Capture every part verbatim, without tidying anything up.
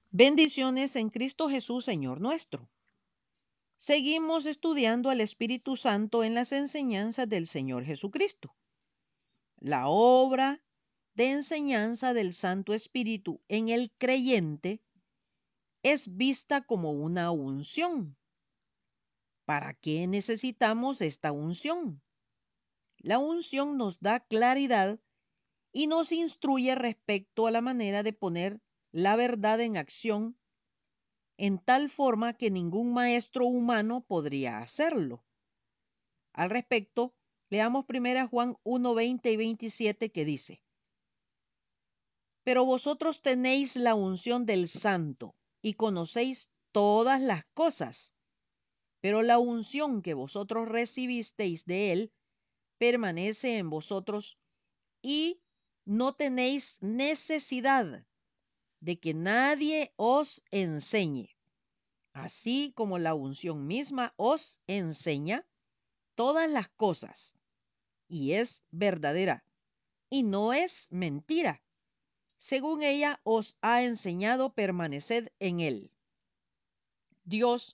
Bendiciones en Cristo Jesús, Señor nuestro. Seguimos estudiando al Espíritu Santo en las enseñanzas del Señor Jesucristo. La obra de enseñanza del Santo Espíritu en el creyente es vista como una unción. ¿Para qué necesitamos esta unción? La unción nos da claridad y nos instruye respecto a la manera de poner la verdad en acción en tal forma que ningún maestro humano podría hacerlo. Al respecto, leamos primero Juan uno, veinte y veintisiete que dice: Pero vosotros tenéis la unción del Santo y conocéis todas las cosas, pero la unción que vosotros recibisteis de él permanece en vosotros y no tenéis necesidad de que nadie os enseñe, así como la unción misma os enseña todas las cosas, y es verdadera, y no es mentira. Según ella os ha enseñado, permaneced en él. Dios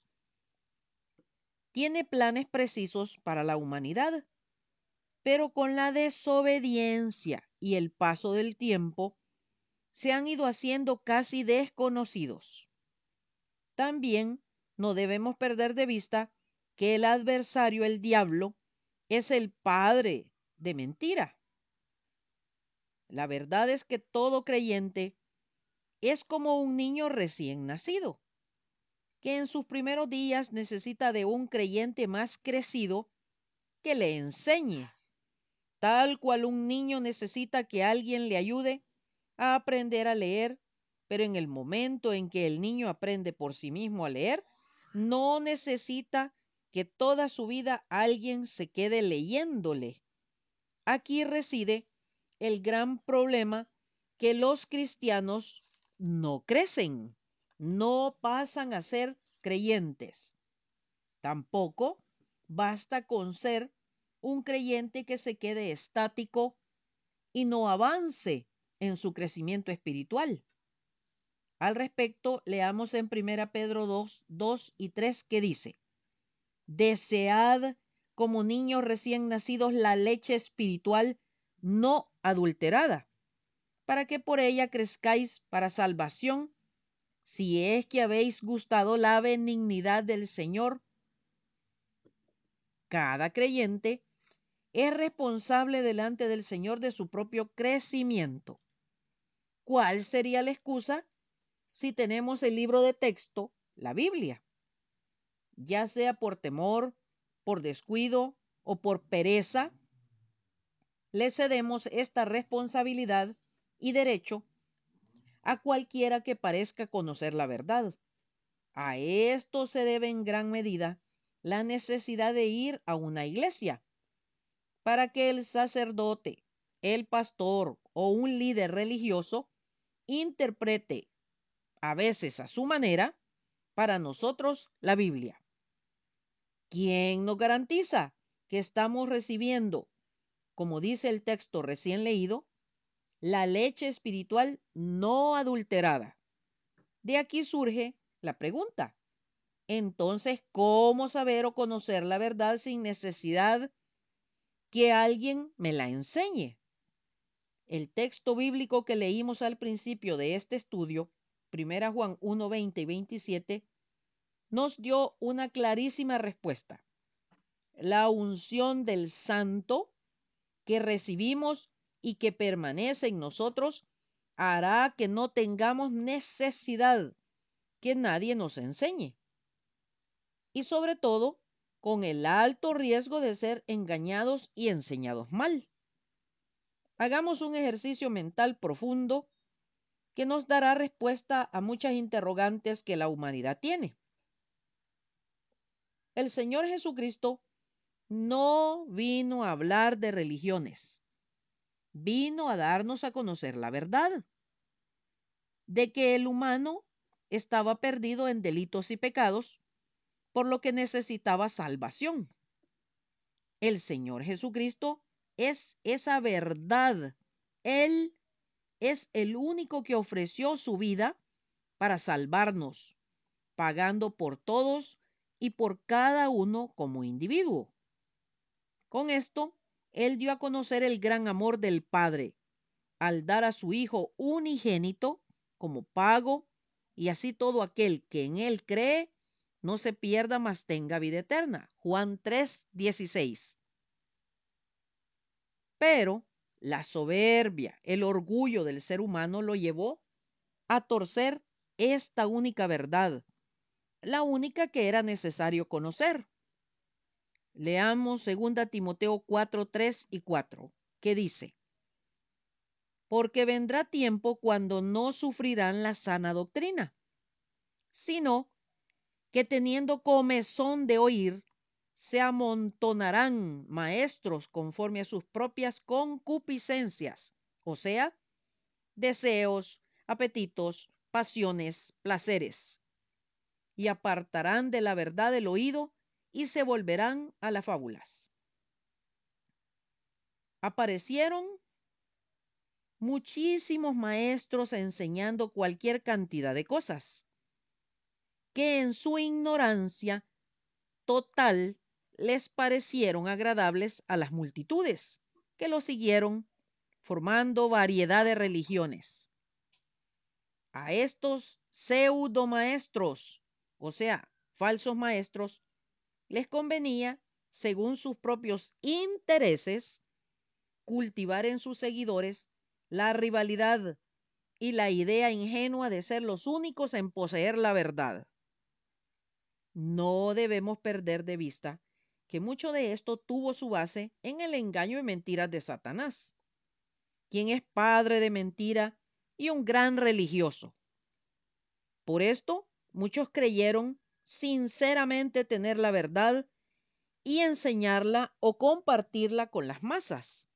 tiene planes precisos para la humanidad, pero con la desobediencia y el paso del tiempo se han ido haciendo casi desconocidos. También no debemos perder de vista que el adversario, el diablo, es el padre de mentira. La verdad es que todo creyente es como un niño recién nacido, que en sus primeros días necesita de un creyente más crecido que le enseñe, tal cual un niño necesita que alguien le ayude a aprender a leer, pero en el momento en que el niño aprende por sí mismo a leer, no necesita que toda su vida alguien se quede leyéndole. Aquí reside el gran problema, que los cristianos no crecen, no pasan a ser creyentes. Tampoco basta con ser un creyente que se quede estático y no avance en su crecimiento espiritual. Al respecto, leamos en primera Pedro dos, dos y tres que dice: Desead como niños recién nacidos la leche espiritual no adulterada, para que por ella crezcáis para salvación, si es que habéis gustado la benignidad del Señor. Cada creyente es responsable delante del Señor de su propio crecimiento. ¿Cuál sería la excusa si tenemos el libro de texto, la Biblia? Ya sea por temor, por descuido o por pereza, le cedemos esta responsabilidad y derecho a cualquiera que parezca conocer la verdad. A esto se debe en gran medida la necesidad de ir a una iglesia, para que el sacerdote, el pastor o un líder religioso interprete, a veces a su manera, para nosotros la Biblia. ¿Quién nos garantiza que estamos recibiendo, como dice el texto recién leído, la leche espiritual no adulterada? De aquí surge la pregunta. Entonces, ¿cómo saber o conocer la verdad sin necesidad que alguien me la enseñe? El texto bíblico que leímos al principio de este estudio, primera Juan uno, veinte y veintisiete, nos dio una clarísima respuesta. La unción del Santo que recibimos y que permanece en nosotros hará que no tengamos necesidad que nadie nos enseñe. Y sobre todo, con el alto riesgo de ser engañados y enseñados mal. Hagamos un ejercicio mental profundo que nos dará respuesta a muchas interrogantes que la humanidad tiene. El Señor Jesucristo no vino a hablar de religiones, vino a darnos a conocer la verdad de que el humano estaba perdido en delitos y pecados, por lo que necesitaba salvación. El Señor Jesucristo es esa verdad. Él es el único que ofreció su vida para salvarnos, pagando por todos y por cada uno como individuo. Con esto, Él dio a conocer el gran amor del Padre al dar a su Hijo unigénito como pago, y así todo aquel que en Él cree no se pierda, mas tenga vida eterna. Juan tres dieciséis. Pero la soberbia, el orgullo del ser humano lo llevó a torcer esta única verdad, la única que era necesario conocer. Leamos segunda Timoteo cuatro, tres y cuatro, que dice: porque vendrá tiempo cuando no sufrirán la sana doctrina, sino que teniendo comezón de oír, se amontonarán maestros conforme a sus propias concupiscencias, o sea, deseos, apetitos, pasiones, placeres, y apartarán de la verdad el oído y se volverán a las fábulas. Aparecieron muchísimos maestros enseñando cualquier cantidad de cosas, que en su ignorancia total les parecieron agradables a las multitudes, que lo siguieron, formando variedad de religiones. A estos pseudo maestros, o sea, falsos maestros, les convenía, según sus propios intereses, cultivar en sus seguidores la rivalidad y la idea ingenua de ser los únicos en poseer la verdad. No debemos perder de vista que mucho de esto tuvo su base en el engaño y mentiras de Satanás, quien es padre de mentira y un gran religioso. Por esto, muchos creyeron sinceramente tener la verdad y enseñarla o compartirla con las masas.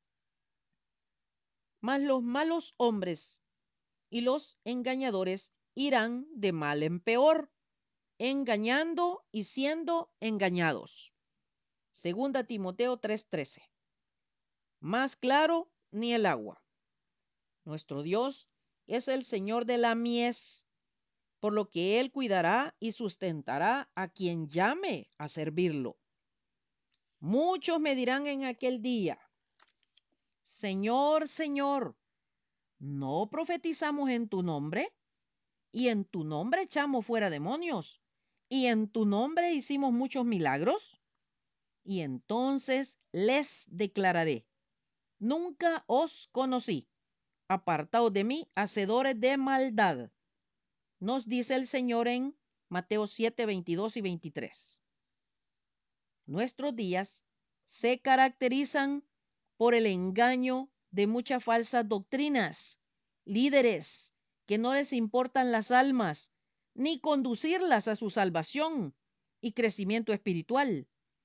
Mas los malos hombres y los engañadores irán de mal en peor, engañando y siendo engañados. Segunda Timoteo tres trece. Más claro ni el agua. Nuestro Dios es el Señor de la mies, por lo que Él cuidará y sustentará a quien llame a servirlo. Muchos me dirán en aquel día: Señor, Señor, ¿no profetizamos en tu nombre? Y en tu nombre echamos fuera demonios, y en tu nombre hicimos muchos milagros. Y entonces les declararé: nunca os conocí. Apartaos de mí, hacedores de maldad. Nos dice el Señor en Mateo siete, veintidós y veintitrés. Nuestros días se caracterizan por el engaño de muchas falsas doctrinas, líderes que no les importan las almas, ni conducirlas a su salvación y crecimiento espiritual.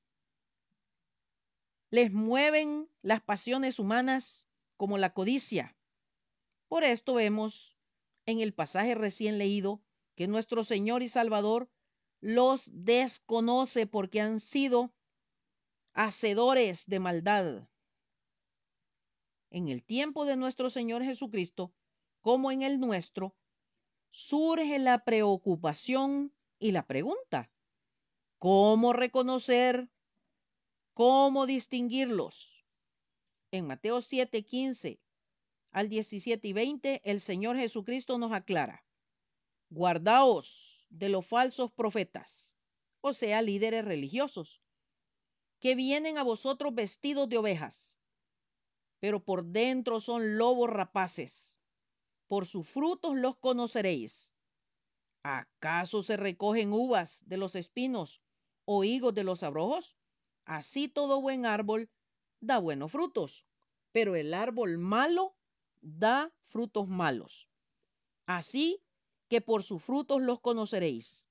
Les mueven las pasiones humanas como la codicia. Por esto vemos en el pasaje recién leído que nuestro Señor y Salvador los desconoce porque han sido hacedores de maldad. En el tiempo de nuestro Señor Jesucristo, como en el nuestro, surge la preocupación y la pregunta: ¿cómo reconocer, cómo distinguirlos? En Mateo siete, quince al diecisiete y veinte, el Señor Jesucristo nos aclara: guardaos de los falsos profetas, o sea, líderes religiosos, que vienen a vosotros vestidos de ovejas, pero por dentro son lobos rapaces. Por sus frutos los conoceréis. ¿Acaso se recogen uvas de los espinos o higos de los abrojos? Así todo buen árbol da buenos frutos, pero el árbol malo da frutos malos. Así que por sus frutos los conoceréis.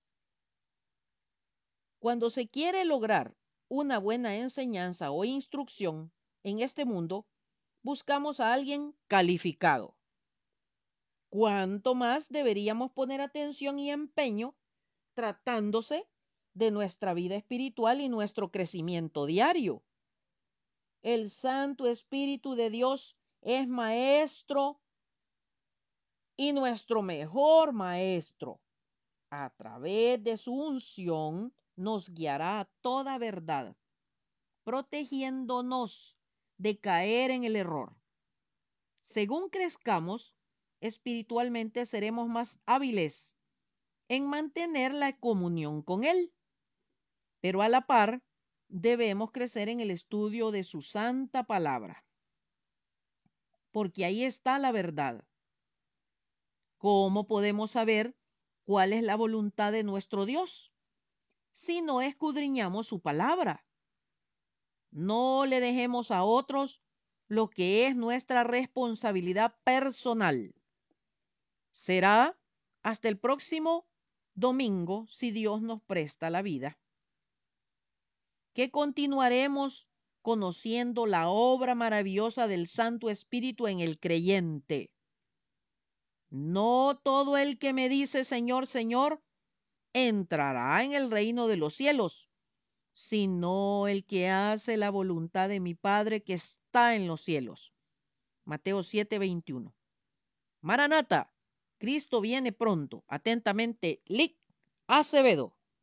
Cuando se quiere lograr una buena enseñanza o instrucción en este mundo, buscamos a alguien calificado. ¿Cuánto más deberíamos poner atención y empeño tratándose de nuestra vida espiritual y nuestro crecimiento diario? El Santo Espíritu de Dios es maestro y nuestro mejor maestro, a través de su unción, nos guiará a toda verdad, protegiéndonos de caer en el error. Según crezcamos espiritualmente, seremos más hábiles en mantener la comunión con Él, pero a la par debemos crecer en el estudio de su santa palabra, porque ahí está la verdad. ¿Cómo podemos saber cuál es la voluntad de nuestro Dios si no escudriñamos su palabra? No le dejemos a otros lo que es nuestra responsabilidad personal. Será hasta el próximo domingo, si Dios nos presta la vida, que continuaremos conociendo la obra maravillosa del Santo Espíritu en el creyente. No todo el que me dice Señor, Señor, entrará en el reino de los cielos, sino el que hace la voluntad de mi Padre que está en los cielos. Mateo siete veintiuno. Maranata, Cristo viene pronto. Atentamente, Lic Acevedo.